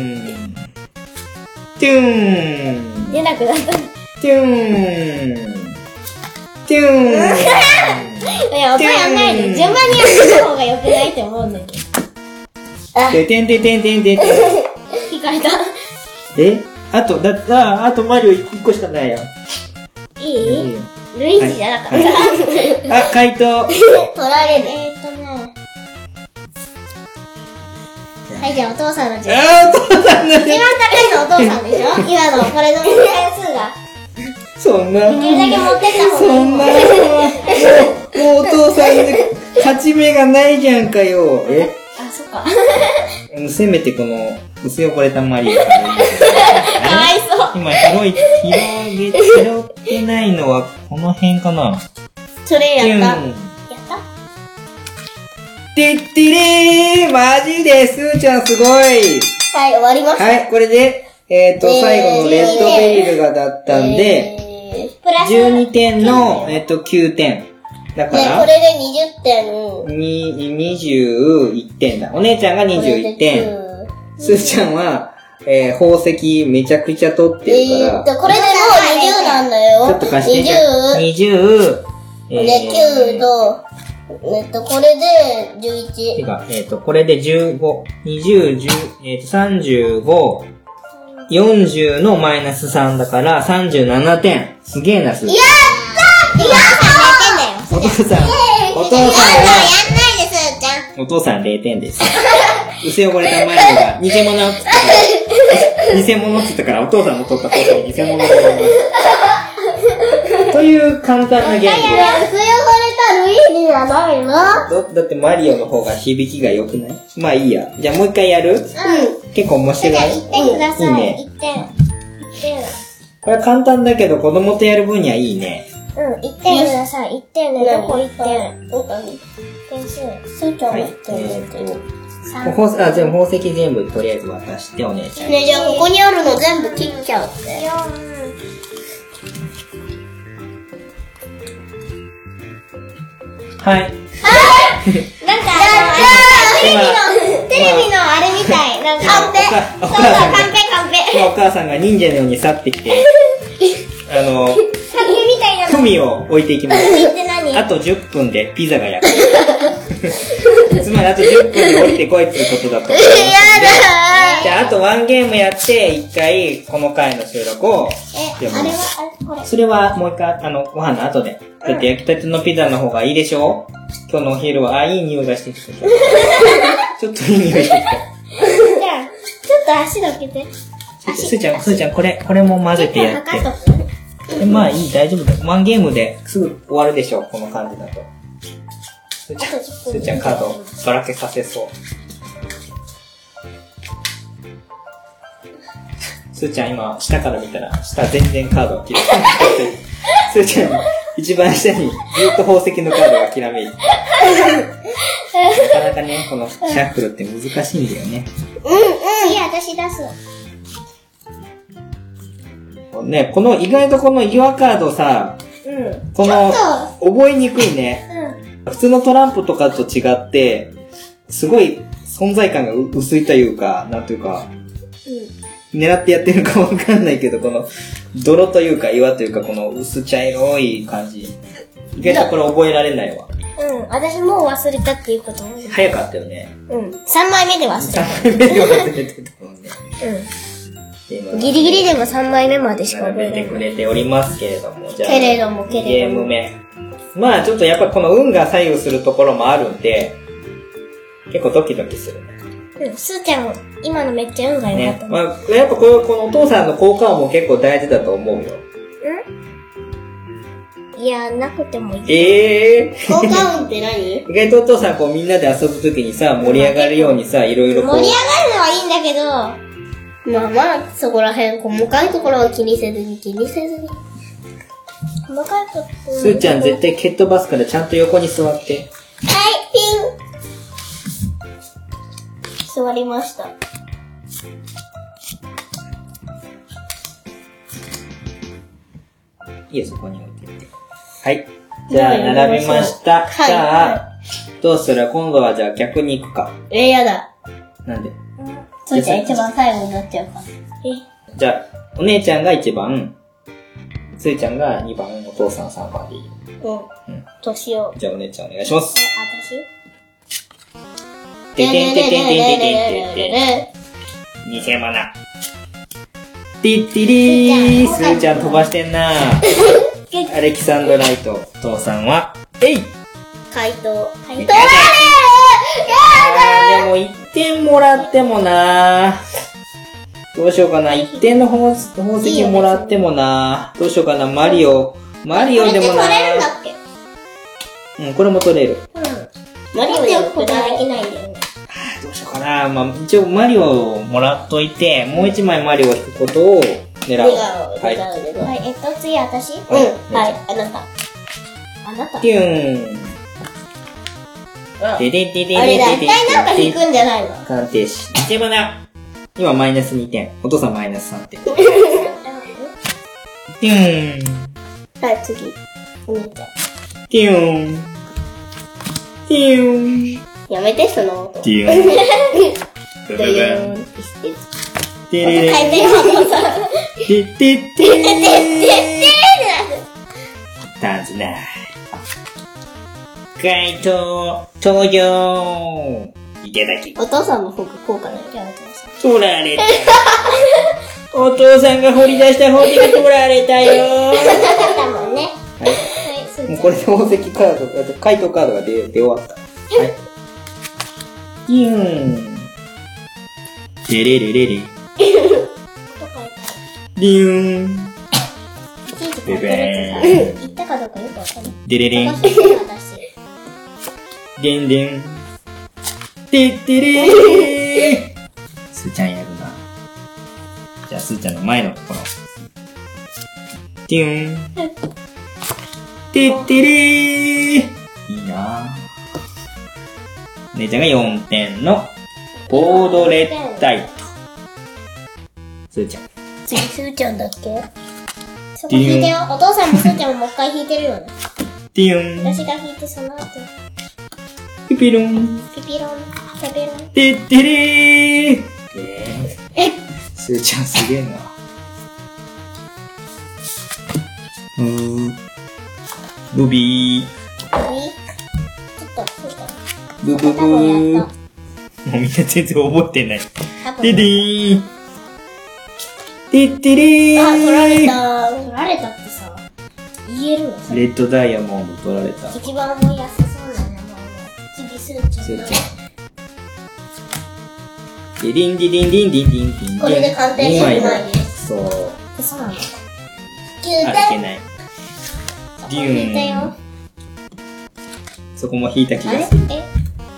S3: トゥーン。
S2: 出なくなった。
S3: トゥーン。トゥーン。
S2: いや、音やんないで。順番にやった方が良くないって思うんだけど。
S3: てんてんてんてんてんてん。
S2: 控えた。
S3: あとマリオ1個しかないやん。
S2: いいルイージじゃなかった。
S3: あ、回答。
S1: 取られる。
S2: はい、じゃあお父さんの順番。
S3: お父さんの
S2: 一番高いのお父さんでしょ今の、これの点数が。
S3: そんな。
S2: できるだけ持ってった方がいい。
S3: そんな。もうお父さんで勝ち目がないじゃんかよ。
S2: あ、そっか。
S3: せめてこの、薄汚れたマリオ。
S2: かわいそう。
S3: 今拾ってないのはこの辺かな。
S1: それやった。
S2: やった
S3: てってれーマジで、すーちゃんすごい。
S1: はい、終わりました。
S3: はい、これで、最後のレッドベイルがだったんで、
S2: プラス。
S3: 12点の、9点。だか
S1: ね、こ
S3: ら、
S1: れで20点。
S3: 21点だ。お姉ちゃんが21点。すーちゃんは、宝石めちゃくちゃ取ってるから。
S1: これでもう20なんだよ。
S3: ちょっと貸して。
S1: 20。で、9と、これで11。
S3: てか、これで15、20、35、40のマイナス3だから37点。すげえな、すーちゃん。
S1: やったー！
S3: お父さんは、
S1: やんないですじゃん。
S3: お父さん0点です。薄汚れたマリオが偽物っつったから、偽物っつったからお父さんの取ったコーヒー偽物でございます。という簡単なゲーム
S1: 薄汚れたルイージじゃないの？
S3: だってマリオの方が響きが良くない？まあいいや。じゃあもう一回やる？結構面白い。
S2: じゃあ1点ください。
S3: いいね。
S2: 1点。1点。
S3: これは簡単だけど子供とやる分にはいいね。
S2: 1点ください。1点ね。どこ1点？点数。
S1: すーちゃん
S3: はい。
S1: も
S3: じゃあ宝石全部とりあえず渡してお姉ちゃん。
S1: ね、じゃあここにあるの全部切っちゃうって。
S3: はい。
S2: なんかテレビのあれみたい。なんかカンペ。そうそう、カンペ。
S3: お母さんが忍者のように去ってきて、
S2: カンペみたいなの。
S3: 文を置いていきます。
S2: って何？
S3: あと10分でピザが焼く。つまりあと10分で降りてこいっていうことだと思います。じゃああと1ゲームやって1回この回の収録を読みます。
S2: これ。
S3: それはもう一回ご飯の後で。だって焼きたてのピザの方がいいでしょ？今日のお昼は、いい匂いがしてきた。ちょっといい匂いしてきた。
S2: じゃあ、ちょっと足どけて。
S3: すーちゃん、これも混ぜてやって。まあいい、大丈夫だよ。1ゲームですぐ終わるでしょ、この感じだと。すーちゃんカードばらけさせそう。すーちゃん今、下から見たら、下全然カードを切れてすーちゃん、一番下にずっと宝石のカードがきらめいて。なかなかね、このシャッフルって難しいんだよね。
S2: 次私出す。
S3: ね、意外とこの岩カードさ、覚えにくいね。普通のトランプとかと違って、すごい存在感が薄いというか、なんというか、狙ってやってるかわかんないけど、この泥というか岩というか、この薄茶色い感じ。意外とこれ覚えられないわ。
S2: 私もう忘れたっていうこと。
S3: 早かったよね。
S2: 3枚目で忘れた。
S3: 3枚目で忘れてたもんね。
S2: ギリギリでも3枚目までしか覚え
S3: 並べて
S2: ない。
S3: くれておりますけれども、じゃあ、
S1: けれども。
S3: ゲーム目。まあちょっとやっぱこの運が左右するところもあるんで、結構ドキドキするね。
S2: すーちゃんも今のめっちゃ運が良か
S3: ね
S2: っ。た。
S3: まあやっぱこのお父さんの効果音も結構大事だと思うよ。
S2: いいや、なくてもいい。
S1: 効果音って何？
S3: 意外とお父さんこうみんなで遊ぶときにさ、盛り上がるようにさ、いろいろこう。
S2: 盛り上がるのはいいんだけど、
S1: まあまあ、そこら辺、細かいところは気にせずに。
S2: 細かいこと。
S3: すーちゃん絶対蹴っ飛ばすからちゃんと横に座って。
S1: はい、ピン。座りました。
S3: いいよ、そこに置いてって。はい。じゃあ、並びました。
S1: はい
S3: じゃあ、どうする？今度はじゃあ逆に行くか。
S1: やだ。
S3: なんで？
S1: つーちゃん一番最後になっちゃうから。
S3: じゃあ、お姉ちゃんが1番、すーちゃんが2番、お父さん3番でいい。
S1: どうしよう。
S3: じゃあお姉ちゃんお願いします。
S2: 私
S3: ててんててんてんてんてんてんてん。偽物。てってりー。すーちゃん飛ばしてんな。アレキサンドライト、お父さんは、
S1: 回答。
S2: はい。
S1: 取られ
S3: でも1点もらってもな。どうしようかな。1点の宝石もらってもな。どうしようかな。マリオでもな。
S2: これって取れるんだっけ？
S3: これも取れる。
S1: マリオ
S2: で
S1: やって
S2: もこれで
S1: ない。
S2: きないんだよね。
S3: どうしようかな。まあ、一応マリオをもらっといて、もう1枚マリオを引くことを狙う。はい。
S2: はい、次私？
S3: はい。
S1: はい、あなた。
S2: あなた。
S3: ピューン。でででで
S1: あれだ、
S3: でで
S1: 一回なんか引くんじゃないの？
S3: 鑑定士。偽物。今マイナス2点。お父さんマイナス3点。ピューン。
S1: はい、次。お姉ちゃん。
S3: ピューン。ピューン。
S1: やめて、その音。
S3: ピューン。ブブブン。てれれ。
S1: 変えてよ、お父さん。
S3: てってってー。タンズナイ。回答、登場。いただき。
S1: お父さんの方が効果だよ。
S3: 取られた。お父さんが掘り出した宝石取られたよ。
S2: だもんね。
S3: はい。もうこれで宝石カード、あと回答カードが出終わった。はい。ピューン。デレレレレ。リューン。ベベーン。
S2: 言ったかどうかよくわかんない。
S3: デレレン。
S2: 私。
S3: でんでん。てってれー。すーちゃんやるな。じゃあ、すーちゃんの前のところ。てゅん。てってれー。いいなぁ。姉ちゃんが4点の、ボードレッタイト。すーちゃん。
S1: 次、すーちゃんだっけ？
S2: そこ引いてよ。お父さんもすーちゃんももう一回引いてるよね。
S3: てゅん。
S2: 私が引いてその後。
S3: ピピロン。
S2: ピピロン、ペペロン。
S3: てってれー。すーちゃんすげえな。ブビー。
S2: ちょっと、そうか。
S3: ブブブー。もうみんな全然覚えてない。ででーん。てってれー。
S1: あ、取られた。
S2: 取られたってさ、言えるのそれ。
S3: レッドダイヤモンド取られた。
S2: 一番思いやすそうな名前の。次、スーちゃん。
S3: すーちゃん。デリンディリンディンディンディンディン。
S1: これで鑑定士
S3: 2枚だ
S1: うまいです
S3: そう。
S2: そうなの。
S3: あ、いけない。デュ
S2: 引いたよ。
S3: ーン。そこも引いた気
S2: あれ
S3: がする。
S2: え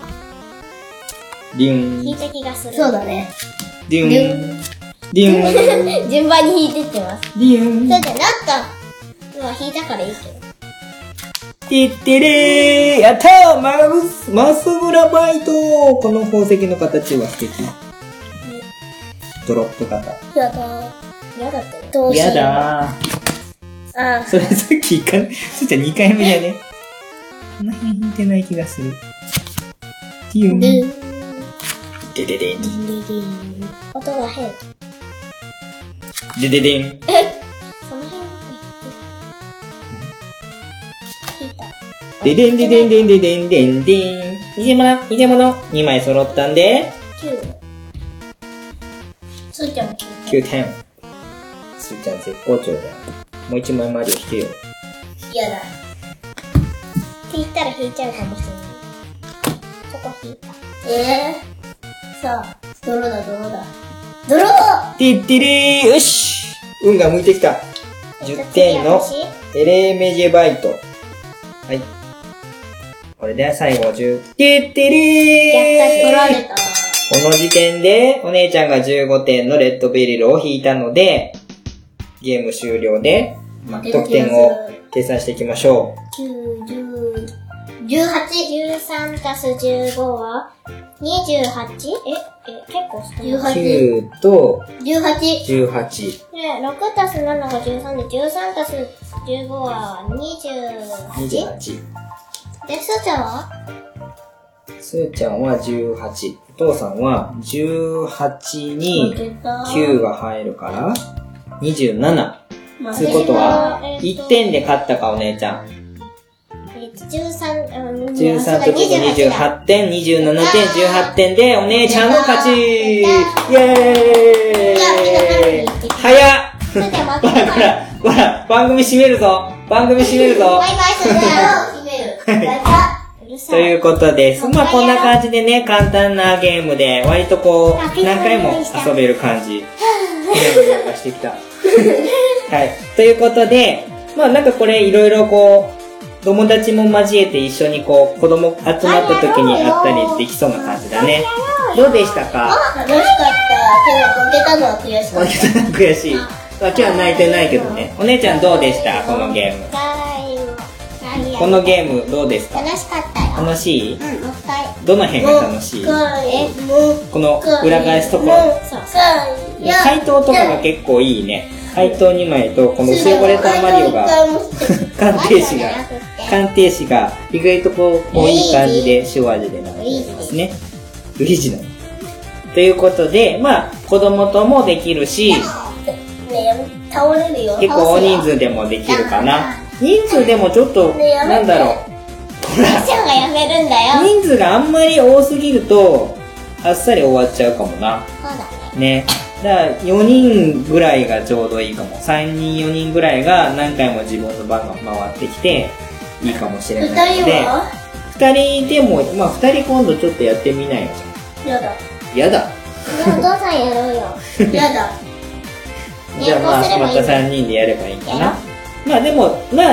S3: デューン。
S2: 引いた気がする。
S1: そうだね。
S3: デューン。デューン。
S2: 順番に引いてってます。
S3: デューン。
S2: そうじゃなった。今引いたからいいけど。
S3: てってれー。やったー。マスブラバイト。この宝石の形は素敵。ドロップ型。
S1: やだ。
S2: 嫌だったよ。
S1: どうしよう。
S3: やだー。
S1: あ、
S3: それさっきすーちゃん2回目だね。この辺引いてない気がする。デューン。
S1: で、
S3: でででん。
S2: 音が変。
S3: でででん。
S2: その辺引いた。
S3: ででんででんでんででんでんでん。偽物。2枚揃ったんで、
S2: 9。すーちゃんも9。
S3: 9点。すーちゃん絶好調だよ。もう1枚マリオ引けよ。
S1: やだ。
S2: 引いたら引いちゃうかもしれない。そこ引いた。
S1: さあ、泥だ。泥
S3: てってれー。よし。運が向いてきた。10点の
S2: 私
S3: エレメジェバイト。はい。これで最後10。てってれー
S2: やった、取られた。
S3: この時点で、お姉ちゃんが15点のレッドベリルを引いたので、ゲーム終了で、得点を計算していきましょ
S2: 9、10、18、13たす15は、28? 結構少ない。
S3: う。9と
S1: 18。
S3: 18。
S2: で、6たす7が13で、13たす15は 28?
S3: 28。
S2: で、すーちゃんは
S3: すーちゃんは18。お父さんは18に
S1: 負けた。
S3: 9が入るから、27。
S1: 負
S3: つうことは、1点で勝ったかお姉ちゃん。
S2: 13、
S3: 13と28点、27点、18点でお姉ちゃんの勝ちイエーイ早っ
S2: すーちゃん負
S3: ほ
S2: けたから。
S3: ら、ほら、番組締めるぞ番組締めるぞ
S2: バイバイするよ。
S1: 決める。やった
S2: うるさい。
S3: ということです。まあこんな感じでね、簡単なゲームで、割とこう、何回も遊べる感じ。なんかしてきた。はい。ということで、まあなんかこれいろいろこう、友達も交えて一緒にこう、子供集まった時に会ったりできそうな感じだね。どうでしたか？
S1: 楽しかったけど、負けたのは悔しかった。
S3: 悔しい。まあ今日は泣いてないけどね。お姉ちゃんどうでしたこのゲーム。このゲームどうですか？
S2: 楽しかったよ。
S3: 楽しい？
S2: もう一回。
S3: どの辺が楽しい？
S1: もう
S3: この裏返すところ。
S2: そう。
S3: 回答とかが結構いいね。回答2枚と、この薄汚れたマリオが、鑑定士が意外とこう、いい感じで塩味でなっていますね。ルイージなの。ということで、まあ、子供ともできるし、
S1: ね倒れるよ。
S3: 結構大人数でもできるかな。人数でもちょっと、なんだろう。ほら、
S2: ションがやめるんだよ。
S3: 人数があんまり多すぎると、あっさり終わっちゃうかもな。
S2: そうだね。
S3: ね。だから4人ぐらいがちょうどいいかも。3人4人ぐらいが何回も自分の番が回ってきていいかもしれないので、2人でも、まあ2人今度ちょっとやってみないよ。
S1: やだ。
S3: やだ。
S2: お父さんやろうよ。
S1: やだ。
S3: じゃあまあまた3人でやればいいかな。まあでも、まあ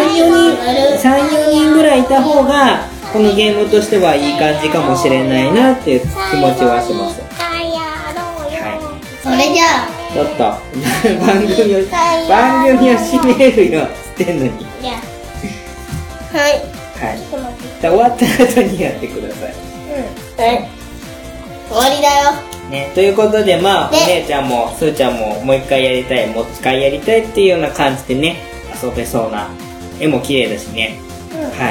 S3: 3、4人ぐらいいた方がこのゲームとしてはいい感じかもしれないなっていう気持ちはします。
S1: それじゃあ、
S3: ちょっと番組を締めるよっつってんのに。
S2: じゃあ、
S1: はい。
S3: はい。終わった後にやってください。
S1: はい。終わりだよ。
S3: ね、ということで、まあ、お姉ちゃんも、すーちゃんも、もう一回やりたい、もう一回やりたいっていうような感じでね、遊べそうな、絵も綺麗だしね。はい。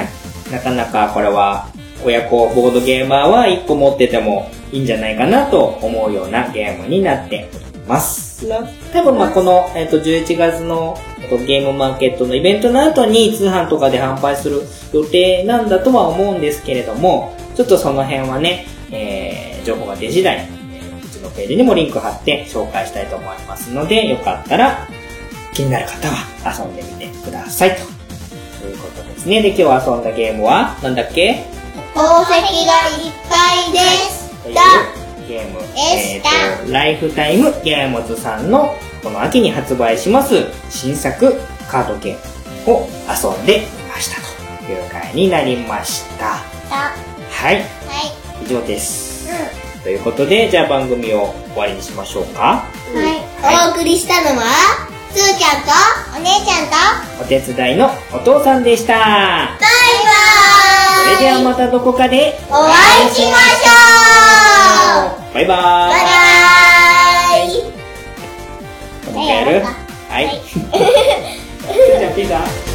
S3: なかなかこれは、親子ボードゲーマーは一個持っててもいいんじゃないかなと思うようなゲームになっております。多分まあこの、11月のゲームマーケットのイベントの後に通販とかで販売する予定なんだとは思うんですけれども、ちょっとその辺はね、情報が出次第、うちのページにもリンク貼って紹介したいと思いますので、よかったら気になる方は遊んでみてくださいということですね。で、今日遊んだゲームはなんだっけ？
S1: 宝石がいっぱいです
S3: というゲーム、ライフタイムゲームズさんのこの秋に発売します新作カードゲームを遊んでみましたという回になりました。はい、以上です。ということで、じゃあ番組を終わりにしましょうか。
S1: お送りしたのは、つーちゃんと
S2: お姉ちゃんと、
S3: お手伝いのお父さんでした。
S1: バイバーイ。
S3: それではまたどこかで
S1: お会いしましょう。
S3: バイバーイ。
S1: バイバーイ。
S3: もう一回やる？はい。じゃあピザ。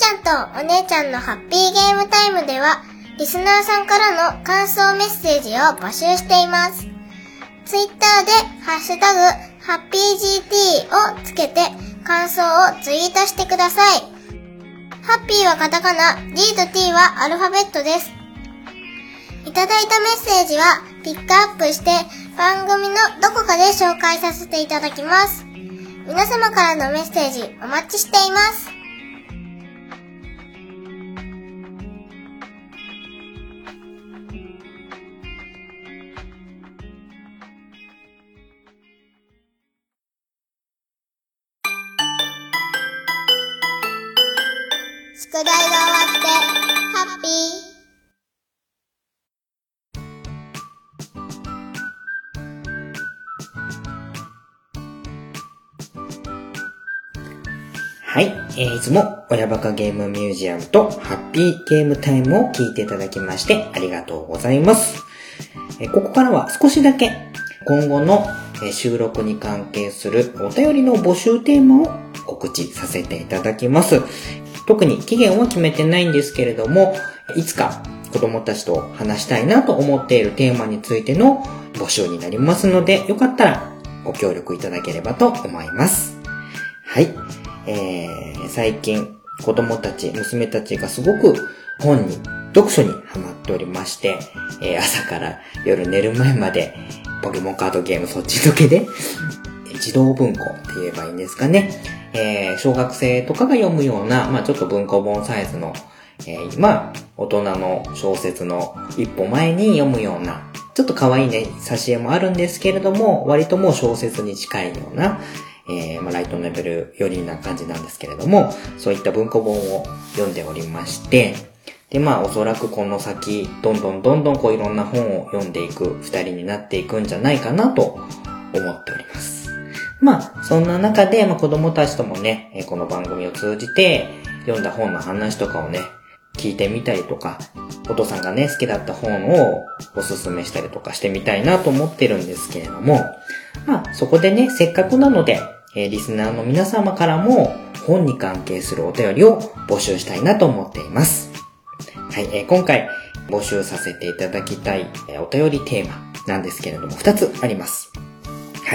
S2: ゃんとお姉ちゃんのハッピーゲームタイムでは、リスナーさんからの感想メッセージを募集しています。ツイッターでハッシュタグハッピー GT をつけて感想をツイートしてください。ハッピーはカタカナ、G と T はアルファベットです。いただいたメッセージはピックアップして番組のどこかで紹介させていただきます。皆様からのメッセージお待ちしています。宿題が終わってハッピー。
S3: はい、いつも親バカゲームミュージアムとハッピーゲームタイムを聞いていただきましてありがとうございます。ここからは少しだけ今後の収録に関係するお便りの募集テーマを告知させていただきます。特に期限は決めてないんですけれども、いつか子供たちと話したいなと思っているテーマについての募集になりますので、よかったらご協力いただければと思います。はい。最近子供たち、娘たちがすごく読書にハマっておりまして、朝から夜寝る前までポケモンカードゲームそっちのけで児童文庫って言えばいいんですかね。小学生とかが読むような、ちょっと文庫本サイズの、大人の小説の一歩前に読むような、ちょっと可愛いね、挿絵もあるんですけれども、割ともう小説に近いような、ライトノベル寄りな感じなんですけれども、そういった文庫本を読んでおりまして、で、おそらくこの先、どんどんこういろんな本を読んでいく二人になっていくんじゃないかなと思っております。そんな中で、子供たちともね、この番組を通じて、読んだ本の話とかをね、聞いてみたりとか、お父さんがね、好きだった本をおすすめしたりとかしてみたいなと思ってるんですけれども、そこでね、せっかくなので、リスナーの皆様からも本に関係するお便りを募集したいなと思っています。はい、今回募集させていただきたいお便りテーマなんですけれども、2つあります。はい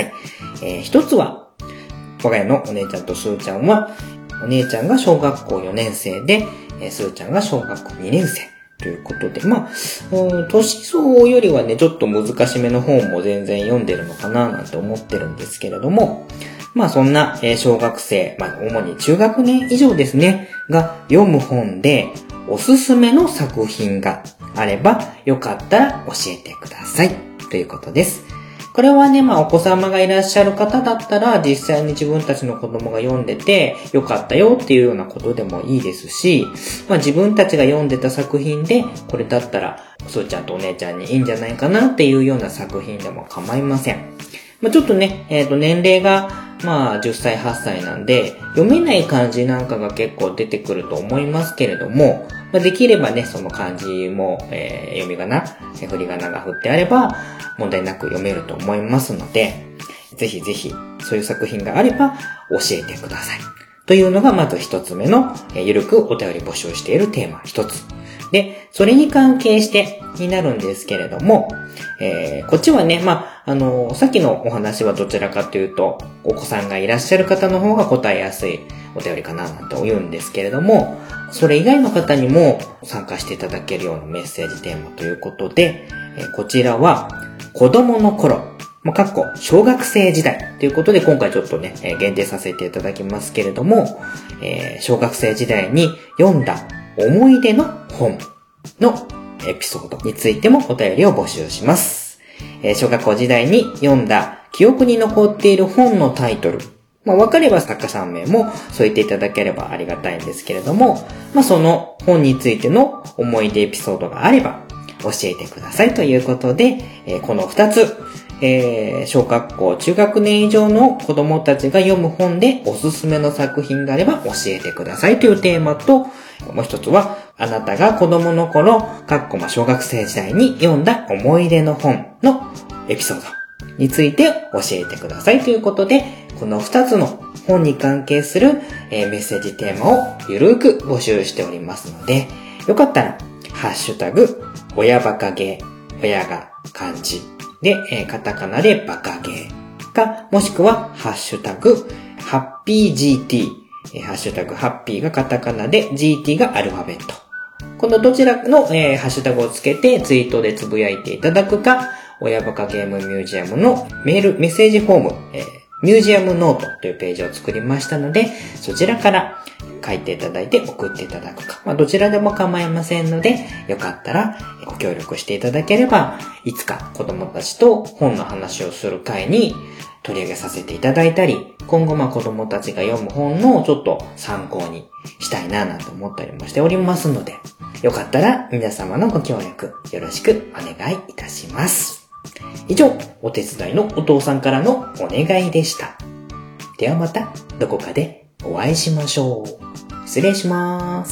S3: 。1つは、我が家のお姉ちゃんとすーちゃんは、お姉ちゃんが小学校4年生で、すーちゃんが小学校2年生ということで、年相よりはね、ちょっと難しめの本も全然読んでるのかななんて思ってるんですけれども、そんな小学生、主に中学年以上ですね、が読む本でおすすめの作品があれば、よかったら教えてくださいということです。これはね、お子様がいらっしゃる方だったら、実際に自分たちの子供が読んでて、よかったよっていうようなことでもいいですし、自分たちが読んでた作品で、これだったら、すーちゃんとお姉ちゃんにいいんじゃないかなっていうような作品でも構いません。ちょっとね、年齢が、10歳、8歳なんで、読めない漢字なんかが結構出てくると思いますけれども、できればね、その漢字も、読み仮名、振り仮名が振ってあれば、問題なく読めると思いますので、ぜひぜひ、そういう作品があれば、教えてください。というのがまず一つ目の、ゆるくお便り募集しているテーマ一つ。で、それに関係してになるんですけれども、こっちはね、さっきのお話はどちらかというと、お子さんがいらっしゃる方の方が答えやすいお便りかななんて言うんですけれども、それ以外の方にも参加していただけるようなメッセージテーマということで、こちらは、子供の頃、小学生時代ということで今回ちょっとね、限定させていただきますけれども、小学生時代に読んだ思い出の本のエピソードについてもお便りを募集します。小学校時代に読んだ記憶に残っている本のタイトル。わかれば作家さん名も添えていただければありがたいんですけれども、その本についての思い出エピソードがあれば教えてくださいということで、この2つ、小学校中学年以上の子供たちが読む本でおすすめの作品があれば教えてくださいというテーマと、もう一つは、あなたが子供の頃、小学生時代に読んだ思い出の本のエピソードについて教えてくださいということで、この2つの本に関係する、メッセージテーマをゆるく募集しておりますので、よかったら、ハッシュタグ、親バカゲー、親が漢字で、カタカナでバカゲーか、もしくは、ハッシュタグ、ハッピー GT、ハッシュタグ、ハッピーがカタカナで、GT がアルファベット。このどちらの、ハッシュタグをつけてツイートでつぶやいていただくか、親バカゲームミュージアムのメッセージフォーム、ミュージアムノートというページを作りましたので、そちらから書いていただいて送っていただくか、どちらでも構いませんので、よかったらご協力していただければ、いつか子供たちと本の話をする会に取り上げさせていただいたり、今後子供たちが読む本のちょっと参考にしたいななんて思ったりもしておりますので、よかったら皆様のご協力よろしくお願いいたします。以上、お手伝いのお父さんからのお願いでした。ではまたどこかでお会いしましょう。失礼します。